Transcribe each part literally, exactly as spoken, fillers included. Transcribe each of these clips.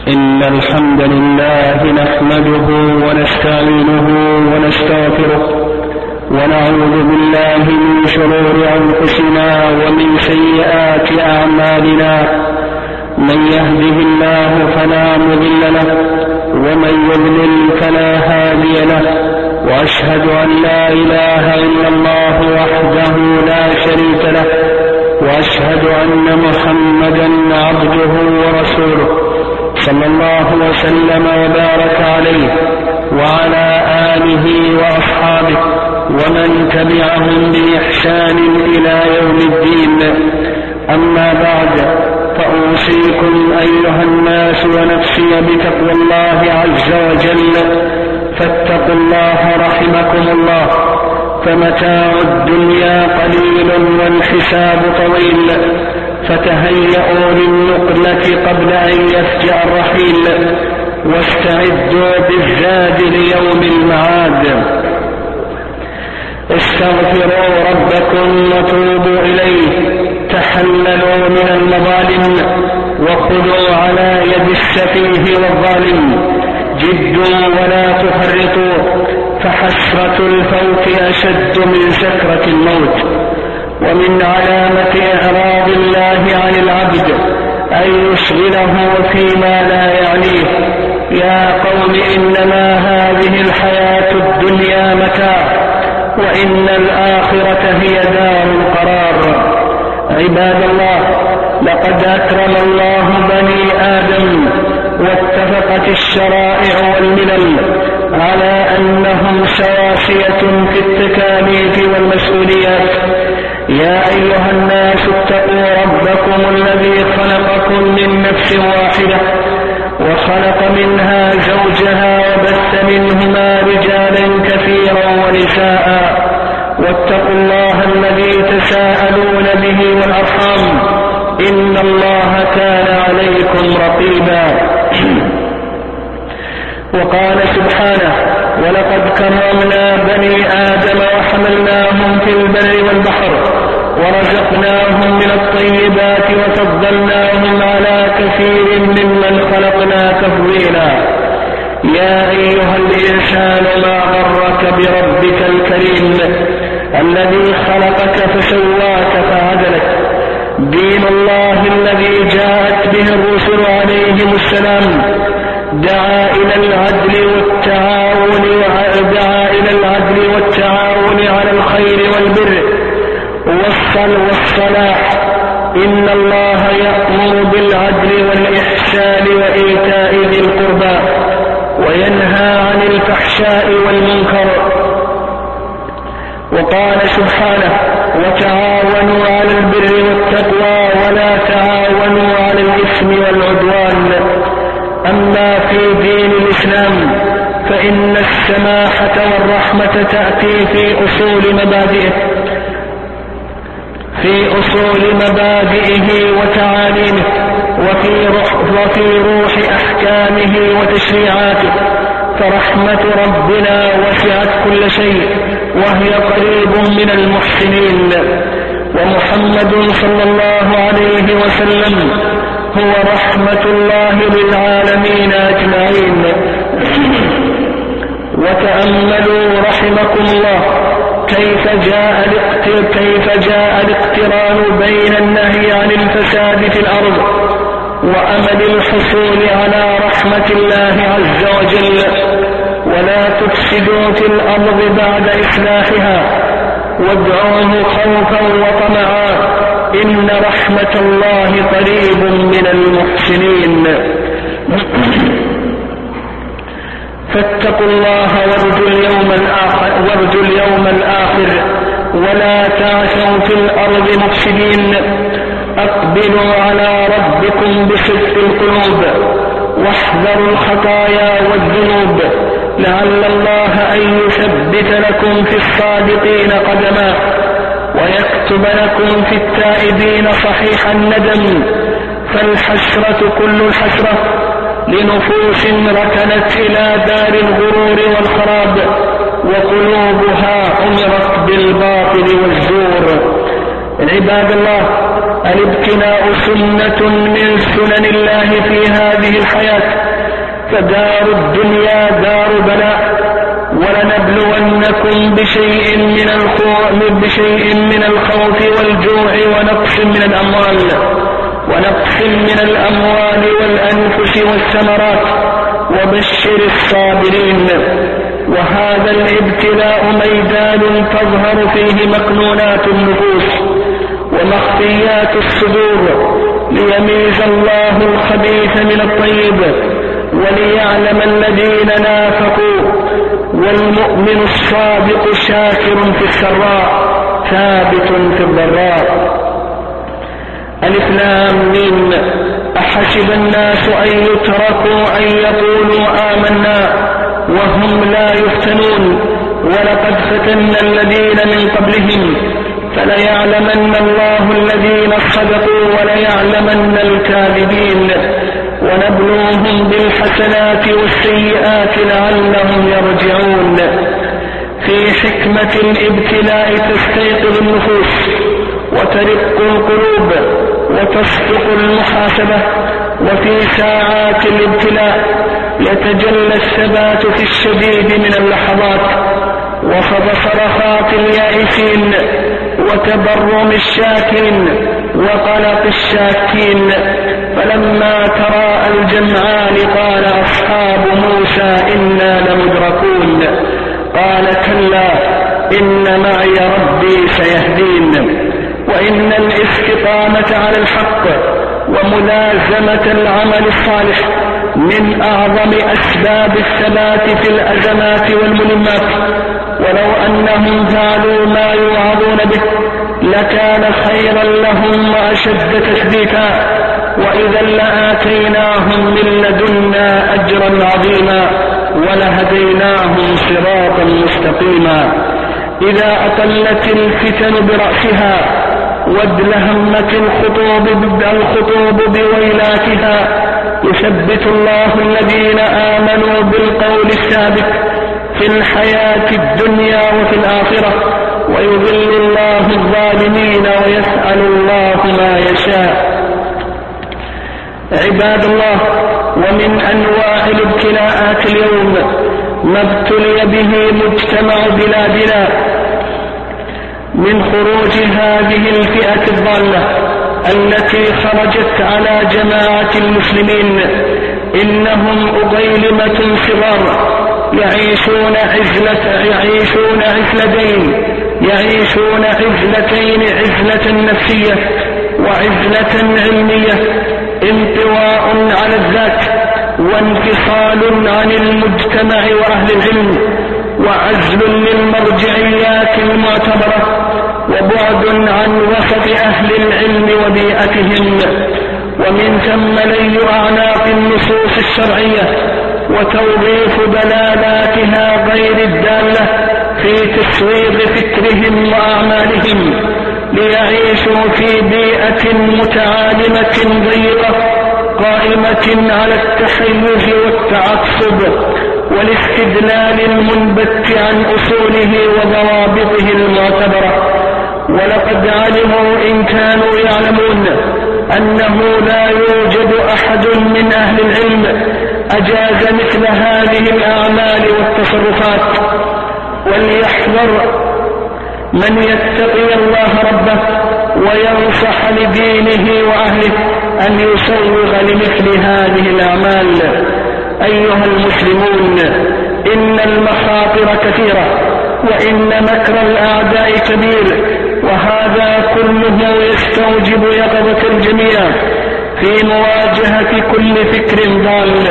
إن الحمد لله نحمده ونستعينه ونستغفره ونعوذ بالله من شرور أنفسنا ومن سيئات أعمالنا. من يهده الله فلا مضل له ومن يضلل فلا هادي له، وأشهد أن لا إله إلا الله وحده لا شريك له، وأشهد أن محمدا عبده ورسوله صلى الله وسلم وبارك عليه وعلى آله وأصحابه ومن تبعهم بإحسان إلى يوم الدين. أما بعد، فأوصيكم أيها الناس ونفسي بتقوى الله عز وجل، فاتقوا الله رحمكم الله، فمتاع الدنيا قليل والحساب طويل، فتهيئوا للنقلة قبل أن يفجأ الرحيل، واستعدوا بالزاد ليوم المعاد. استغفروا ربكم وتوبوا إليه، تحللوا من المظالم وخذوا على يد السفيه والظالم، جدوا ولا تفرطوا، فحسرة الفوت أشد من سكرة الموت. ومن علامة إعراض الله عن العبد أن يشغله فيما لا يعنيه. يا قوم إنما هذه الحياة الدنيا متاع، وإن الآخرة هي دار القرار. عباد الله، لقد أكرم الله بني آدم، واتفقت الشرائع والملل على أنهم سواسية في التكاليف والمسؤوليات. يا أيها الناس اتقوا ربكم الذي خلقكم من نفس واحدة، وخلق منها زوجها، وبث منهما رجالا كثيرا ونساء، واتقوا الله الذي تساءلون به والأرحام، إن الله كان عليكم رقيبا. وقال سبحانه: ولقد كرمنا بني آدم وحملناهم في البر والبحر ورزقناهم من الطيبات وفضلناهم على كثير ممن خلقنا تفضيلا. يا أيها الإنسان ما غرك بربك الكريم الذي خلقك فسواك فعدلك. دين الله الذي جاءت به الرسل عليهم السلام دعا إلى العدل والتعاون دعا إلى العدل والتعاون على الخير والبر والصلاح. إن الله يأمر بالعدل والإحسان وإيتاء ذي القربى، وينهى عن الفحشاء والمنكر. وقال سبحانه: وتعاونوا على البر والتقوى ولا تعاونوا على الإثم والعدوان. أما في دين الإسلام فإن السماحة والرحمة تأتي في أصول مبادئه في أصول مبادئه وتعاليمه، وفي روح, وفي روح أحكامه وتشريعاته. فرحمة ربنا وسعت كل شيء، وهي قريب من المحسنين. ومحمد صلى الله عليه وسلم هو رحمة الله للعالمين أجمعين. وتأملوا رحمكم الله كيف جاء كيف جاء الاقتران بين النهي عن الفساد في الأرض وأمل الحصول على رحمة الله عز وجل. ولا تفسدوا في الأرض بعد إصلاحها، وادعوه خوفا وطمعا، إن رحمة الله قريب من المحسنين. فاتقوا الله وارجوا اليوم الآخر, وارجوا اليوم الآخر ولا تعثوا في الأرض مفسدين. أقبلوا على ربكم بصدق القلوب، واحذروا الخطايا والذنوب، لعل الله أن يثبت لكم في الصادقين قدما، ويكتب لكم في التائبين صحيح الندم. فالحسرة كل الحسرة لنفوس ركنت إلى دار الغرور والخراب، وقلوبها أمرت بالباطل والزور. عباد الله، الابتلاء سنة من سنن الله في هذه الحياة، فدار الدنيا دار بلاء، ولنبلونكم بشيء من الخوف بشيء من الخوف والجوع ونقص من الأموال ونقص من الأموال والأنفس والثمرات وبشر الصابرين. وهذا الابتلاء ميدان تظهر فيه مكنونات النفوس ومخفيات الصدور، ليميز الله الخبيث من الطيب، وليعلم الذين نافقوا. والمؤمن الصادق شاكر في السراء ثابت في الضراء. ألف لام ميم. أحسب الناس أن يتركوا أن يقولوا آمنا وهم لا يفتنون، ولقد فتنا الذين من قبلهم فليعلمن الله الذين صدقوا وليعلمن الكاذبين. ونبلوهم بالحسنات والسيئات لعلهم يرجعون. في حكمة الابتلاء تستيقظ النفوس وترق القلوب وتصدق المحاسبة، وفي ساعات الابتلاء يتجلى الثبات في الشديد من اللحظات، وخض صرخات اليائسين وتبرم الشاكين وقلق الشاكين. فلما تراءى الجمعان قال أصحاب موسى إنا لمدركون، قال كلا إن معي ربي سيهدين. وإن الاستقامة على الحق وملازمة العمل الصالح من أعظم أسباب الثبات في الأزمات والملمات، ولو أنهم فعلوا ما يوعظون به لكان خيرا لهم وأشد تثبيتا، وإذا لآتيناهم من لدنا أجرا عظيما ولهديناهم صراطا مستقيما. إذا أطلت الفتن برأسها وادلهمت الخطوب الخطوب بويلاتها، يثبت الله الذين آمنوا بالقول الثابت في الحياة الدنيا وفي الآخرة، ويذل الله الظالمين ويفعل الله ما يشاء. عباد الله، ومن أنواع الابتلاءات اليوم ما ابتلي به مجتمع بلادنا من خروج هذه الفئة الضالة التي خرجت على جماعة المسلمين. إنهم أغيلمة صغار يعيشون عزلة يعيشون عزلتين يعيشون عزلتين عزلة نفسية وعزلة علمية، انطواء على الذات وانفصال عن المجتمع وأهل العلم، وعزل للمرجعيات المعتبرة، وبعد عن وسط أهل العلم وبيئتهم، ومن ثم لي أعناق النصوص الشرعية وتوظيف دلالاتها غير الدالة في تسويغ فكرهم وأعمالهم ليعيشوا في بيئة متعالمة ضيقة قائمة على التحيز والتعصب والاستدلال المنبت عن أصوله وضوابطه المعتبرة. ولقد علموا إن كانوا يعلمون أنه لا يوجد أحد من أهل العلم أجاز مثل هذه الأعمال والتصرفات. وليحذر من يتقي الله ربه وينصح لدينه وأهله أن يسوغ لمثل هذه الأعمال. أيها المسلمون، إن المخاطر كثيرة وإن مكر الأعداء كبير، وهذا كله يستوجب يقظة الجميع في مواجهة كل فكر ضال.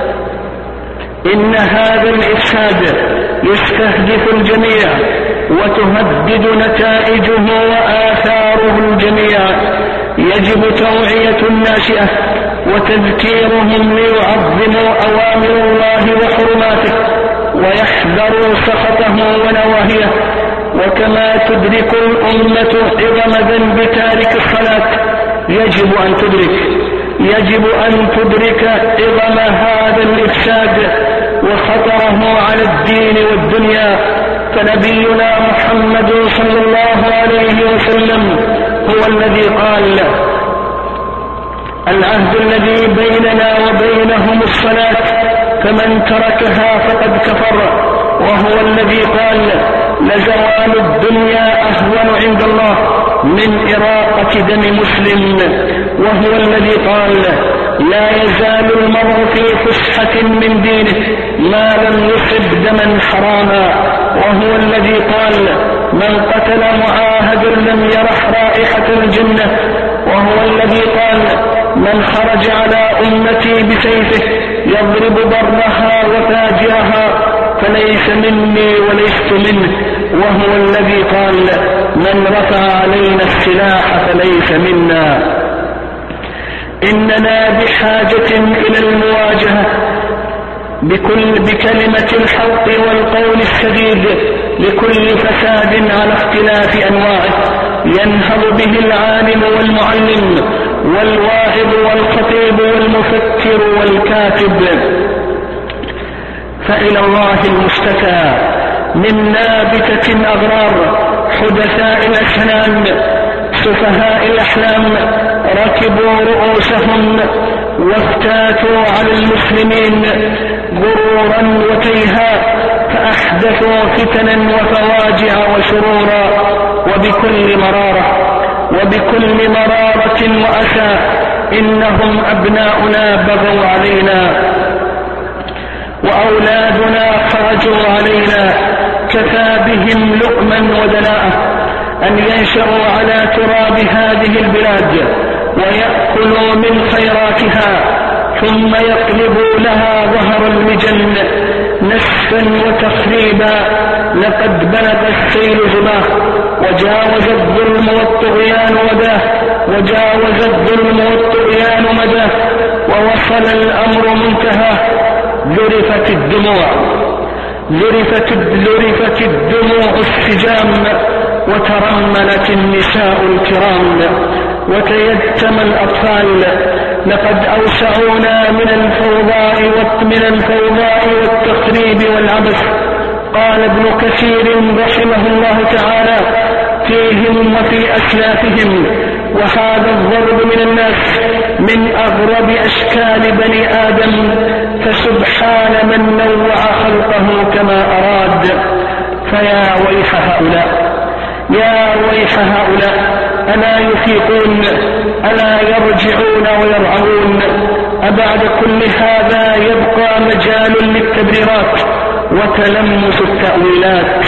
إن هذا الإفساد يستهدف الجميع وتهدد نتائجه وآثاره الجميع. يجب توعية الناشئة وتذكيرهم ليعظموا أوامر الله وحرماته ويحذروا سخطه ونواهيه. وكما تدرك الأمة عظم ذنب تارك الصلاة، يجب أن تدرك يجب أن تدرك عظم هذا الإفساد وخطره على الدين والدنيا. فنبينا محمد صلى الله عليه وسلم هو الذي قال: العهد الذي بيننا وبينهم الصلاة فمن تركها فقد كفر، وهو الذي قال لزوال الدنيا أهون عند الله من إراقة دم مسلم، وهو الذي قال لا يزال المرء في فسحة من دينه ما لم يصب دما حراما، وهو الذي قال من قتل معاهدا لم يرح رائحة الجنة، وهو الذي قال من خرج على أمتي بسيفه يضرب برها وفاجرها فليس مني وليست منه، وهو الذي قال من رفع علينا السلاح فليس منا. إننا بحاجة إلى المواجهة بكل بكلمة الحق والقول السديد لكل فساد على اختلاف أنواعه ينهض به العالم والمعلم والواعظ والخطيب والمفكر والكاتب. فإلى الله المشتكى من نابتة أغرار حدثاء الأسنان سفهاء الأحلام ركبوا رؤوسهم وافتاتوا على المسلمين غرورا وتيها فأحدثوا فتنا وفواجع وشرورا وبكل مرارة وبكل مرارة وأسى إنهم أبناؤنا بغوا علينا وأولادنا خرجوا علينا، كفى بهم لؤما ودناءة أن ينشأوا على تراب هذه البلاد ويأكلوا من خيراتها ثم يقلبوا لها ظهر المجن نسفا وتخريبا. لقد بلغ السيل زباه وجاوز الظلم والطغيان وداه وجاوز الظلم والطغيان مداه ووصل الأمر منتهاه. ذرفت الدموع ذرفت ذرفت الدموع السجام وترملت النساء الكرام وتيتم الأطفال. لقد أوسعونا من الفوضاء من الفوضاء والتخريب والعبث. قال ابن كثير رحمه الله تعالى فيهم وفي أسلافهم وهذا الضرب من الناس من أغرب أشكال بني آدم، فسبحان من نوع خلقه كما أراد. فيا ويح هؤلاء يا ويح هؤلاء ألا يفيقون ألا يرجعون ويرعون؟ أبعد كل هذا يبقى مجال للتبريرات وتلمس التأويلات.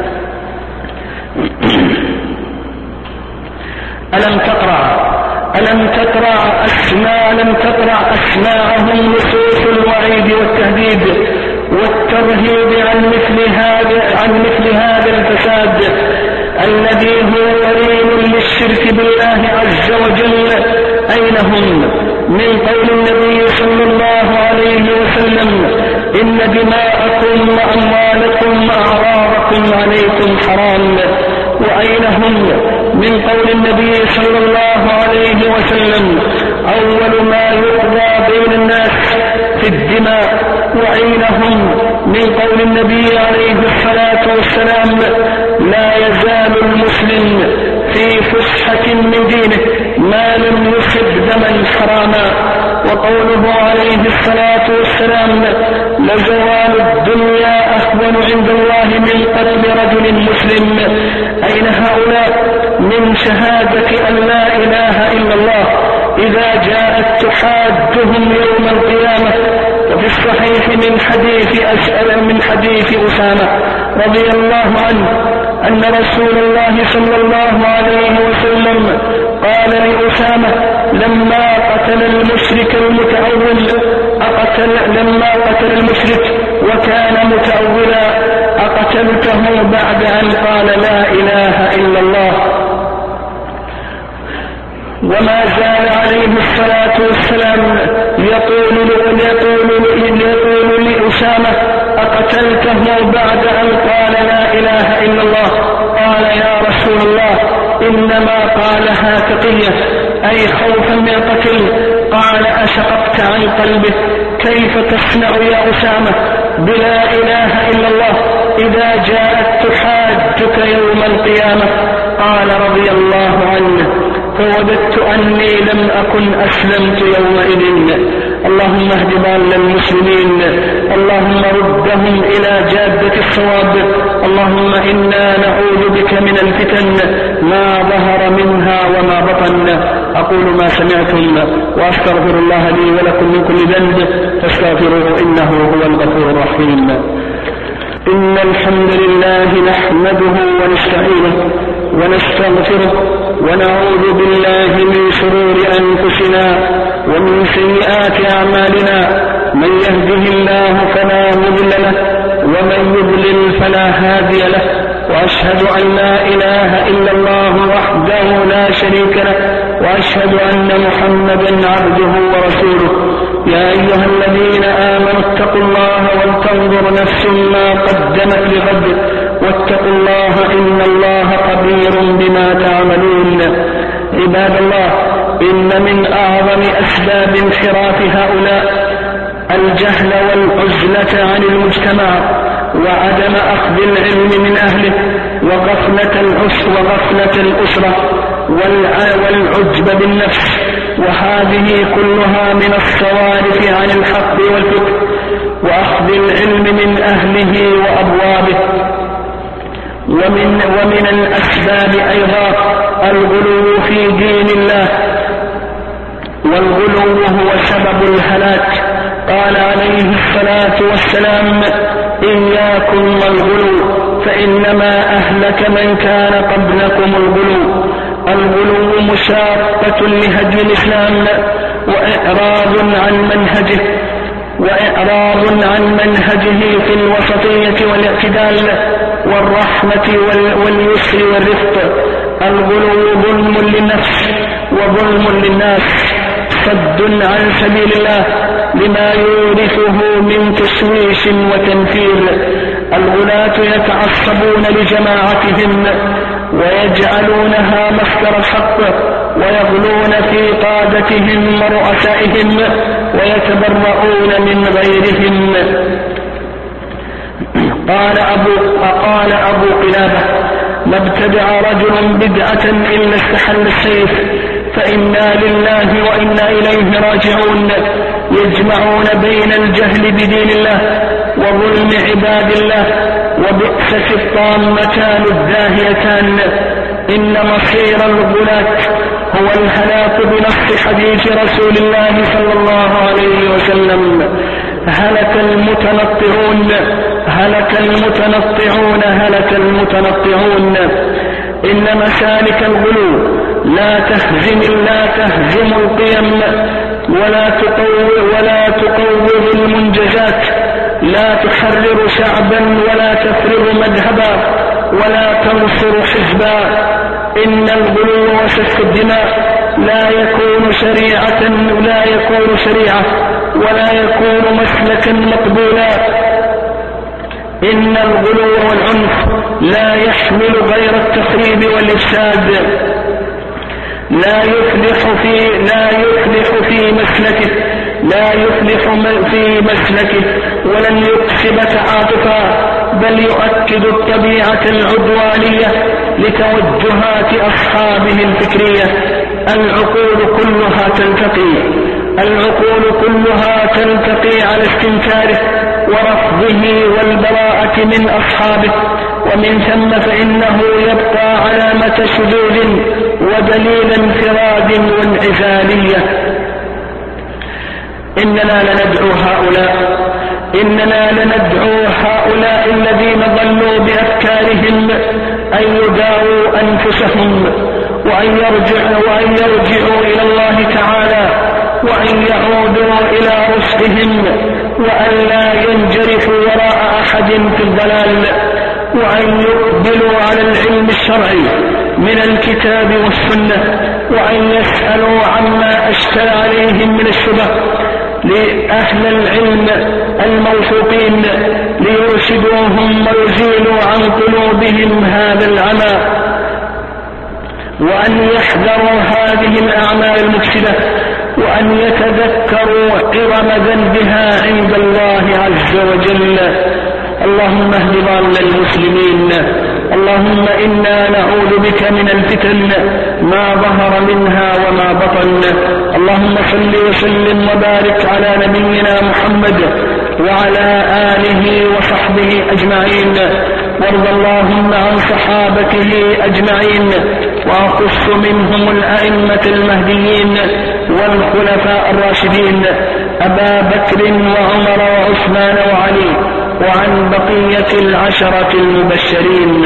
ألم تقرأ ألم تقرأ أسماء ألم تقرأ أسماءهم نصوص الوعيد والتهديد والترهيب عن مثل هذا عن مثل هذا الفساد الذي هو قرين للشرك بالله عز وجل؟ أين هم من قول النبي صلى الله عليه وسلم إن دماءكم وأموالكم وأعراضكم عليكم حرام؟ وأين هم من قول النبي صلى الله عليه وسلم أول ما يقضى بين الناس في الدماء؟ وأين هم من قول النبي عليه الصلاة والسلام لا يزال المسلم في فسحة من دينه ما لم يصب دما حراما؟ وقوله عليه الصلاة والسلام لزوال الدنيا أهون عند الله من قتل رجل مسلم. أين هؤلاء من شهادة أن لا إله إلا الله إذا جاءت تحاجهم يوم القيامة؟ وفي الصحيح من حديث أسأل من حديث أسامة رضي الله عنه أن رسول الله صلى الله عليه وسلم قال لأسامة لما قتل المشرك المتأول أقتل لما قتل المشرك وكان متأولا أقتلته بعد أن قال لا إله إلا الله؟ وما زال عليه الصلاة والسلام يقول يقول يقول لأسامة أقتلته بعد أن قال لا إله إلا الله؟ قال يا رسول الله إنما قالها تقية أي خوفا من القتل. قال أشققت عن قلبه؟ كيف تصنع يا أسامة بلا إله إلا الله إذا جاءت تحاجك يوم القيامة؟ قال رضي الله عنه فوددت أني لم أكن أسلمت يومئذ اللهم اهد ضال المسلمين، اللهم ردهم إلى جادة الصواب. اللهم إنا نعوذ بك من الفتن ما ظهر منها وما بطن. أقول ما سمعتم وأستغفر الله لي ولكم من كل ذنب فاستغفروه إنه هو الغفور الرحيم. إن الحمد لله نحمده ونستعينه ونستغفره ونعوذ بالله من شرور أنفسنا ومن سيئات أعمالنا، من يهده الله فلا مضل له ومن يضلل فلا هادي له، وأشهد أن لا إله إلا الله وحده لا شريك له، وأشهد أن محمدا عبده ورسوله. يا أيها الذين آمنوا اتقوا الله ولتنظر نفس ما قدمت لغد واتقوا الله إن الله خبير بما تعملون. عباد الله، إن من أعظم أسباب انحراف هؤلاء الجهل والعزلة عن المجتمع وعدم أخذ العلم من أهله وغفلة الأسرة, وغفلة الأسرة والعجب بالنفس، وهذه كلها من الصوارف عن الحق والفقه وأخذ العلم من أهله وأبوابه. ومن, ومن الأسباب أيضا الغلو في دين الله، والغلو هو سبب الهلاك. قال عليه الصلاة والسلام: إياكم والغلو فإنما أهلك من كان قبلكم الغلو. الغلو مشاقة لهدي الإسلام وإعراض عن منهجه وإعراض عن منهجه في الوسطية والاعتدال والرحمة واليسر والرفق. الغلو ظلم للنفس وظلم للناس، صد عن سبيل الله لما يورثه من تشويش وتنفير. الغلاة يتعصبون لجماعتهم ويجعلونها مصدر الحق، ويغلون في قادتهم ورؤسائهم ويتبرؤون من غيرهم. قال أبو, قال أبو قلابة: ما ابتدع رجل بدعة إلا استحل السيف، فإنا لله وإنا إليه راجعون. يجمعون بين الجهل بدين الله وظلم عباد الله، وبئست الطامتان الداهيتان. إن مصير الغلاة هو الهلاك بنص حديث رسول الله صلى الله عليه وسلم: هلك المتنطعون هلك المتنطعون هلك المتنطعون. إن مسالك الغلو لا تهزم لا تهزم القيم ولا تقوض ولا تقوض المنجزات، لا تحرر شعبا ولا تفرغ مذهبا ولا تنصر حزبا. إن الغلو وسفك الدماء لا يكون شريعة لا يكون شريعة ولا يكون مسلكا مقبولا. إن الغلو والعنف لا يحمل غير التخريب والإفساد، لا يفلح في لا يفلح في مسلكه لا يفلح في مسلكه ولن يكسب تعاطفا، بل يؤكد الطبيعة العدوانية لتوجهات أصحابه الفكرية. العقول كلها تلتقي العقول كلها تلتقي على استنكاره ورفضه والبراءة من أصحابه، ومن ثم فإنه يبقى علامة شذوذ ودليل انفراد وانعزالية. إننا لندعو هؤلاء إننا لندعو هؤلاء الذين ضلوا بأفكارهم أن يداووا أنفسهم وأن يرجعوا, وأن يرجعوا إلى الله تعالى، وأن يعودوا إلى رشدهم، وأن لا ينجرفوا وراء أحد في الضلال، وأن يقبلوا على العلم الشرعي من الكتاب والسنة، وأن يسألوا عما أشكل عليهم من الشبه لأهل العلم الموثوقين ليرشدوهم ويزيلوا عن قلوبهم هذا العمى، وأن يحذروا هذه الأعمال المفسدة، وأن يتذكروا عظم ذنبها عند الله عز وجل. اللهم اهد ضال المسلمين اللهم إنا نعوذ بك من الفتن ما ظهر منها وما بطن. اللهم صل وسلم وبارك على نبينا محمد وعلى آله وصحبه أجمعين، وارض اللهم عن صحابته أجمعين، وأخص منهم الأئمة المهديين والخلفاء الراشدين أبا بكر وعمر وعثمان وعلي، وعن بقية العشرة المبشرين.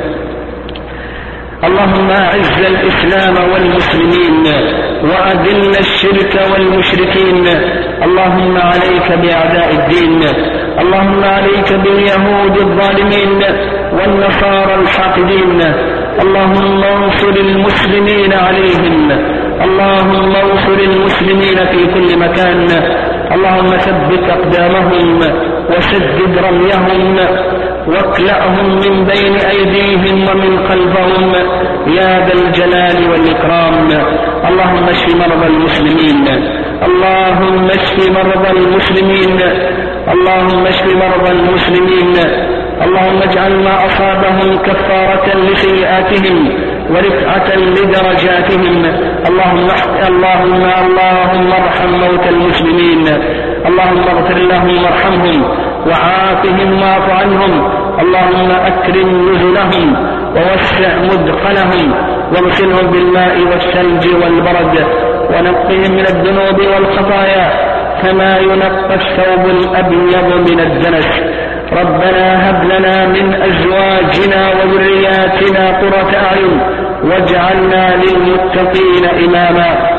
اللهم أعز الإسلام والمسلمين وأذل الشرك والمشركين. اللهم عليك بأعداء الدين، اللهم عليك باليهود الظالمين والنصارى الحاقدين. اللهم انصر المسلمين عليهم، اللهم انصر المسلمين في كل مكان. اللهم ثبت أقدامهم وسدد رميهم واكلأهم من بين أيديهم ومن خلفهم يا ذا الجلال والإكرام. اللهم اشف مرضى المسلمين، اللهم اشف مرضى المسلمين، اللهم اشف مرضى المسلمين. اللهم اجعل ما أصابهم كفارة لسيئاتهم ورفعة لدرجاتهم. اللهم اللهم اللهم ارحم موتى المسلمين، اللهم اغفر لهم وارحمهم وعافهم واعف عنهم. اللهم أكرم نزلهم ووسع مدخلهم واغسلهم بالماء والثلج والبرد ونقهم من الذنوب والخطايا كما ينقى الثوب الأبيض من الدنس. ربنا هب لنا من أزواجنا وذرياتنا قرة أعين واجعلنا للمتقين إماما.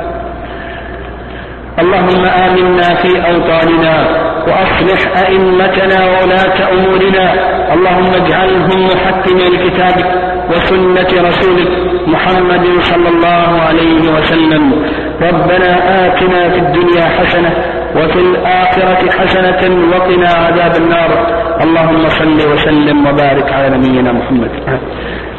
اللهم آمنا في أوطاننا وأصلح أئمتنا وولاة أمورنا. اللهم اجعلهم محكمي لكتابك وسنة رسولك محمد صلى الله عليه وسلم. ربنا آتنا في الدنيا حسنة وفي الآخرة حسنة وقنا عذاب النار. اللهم صل وسلم وبارك على نبينا محمد.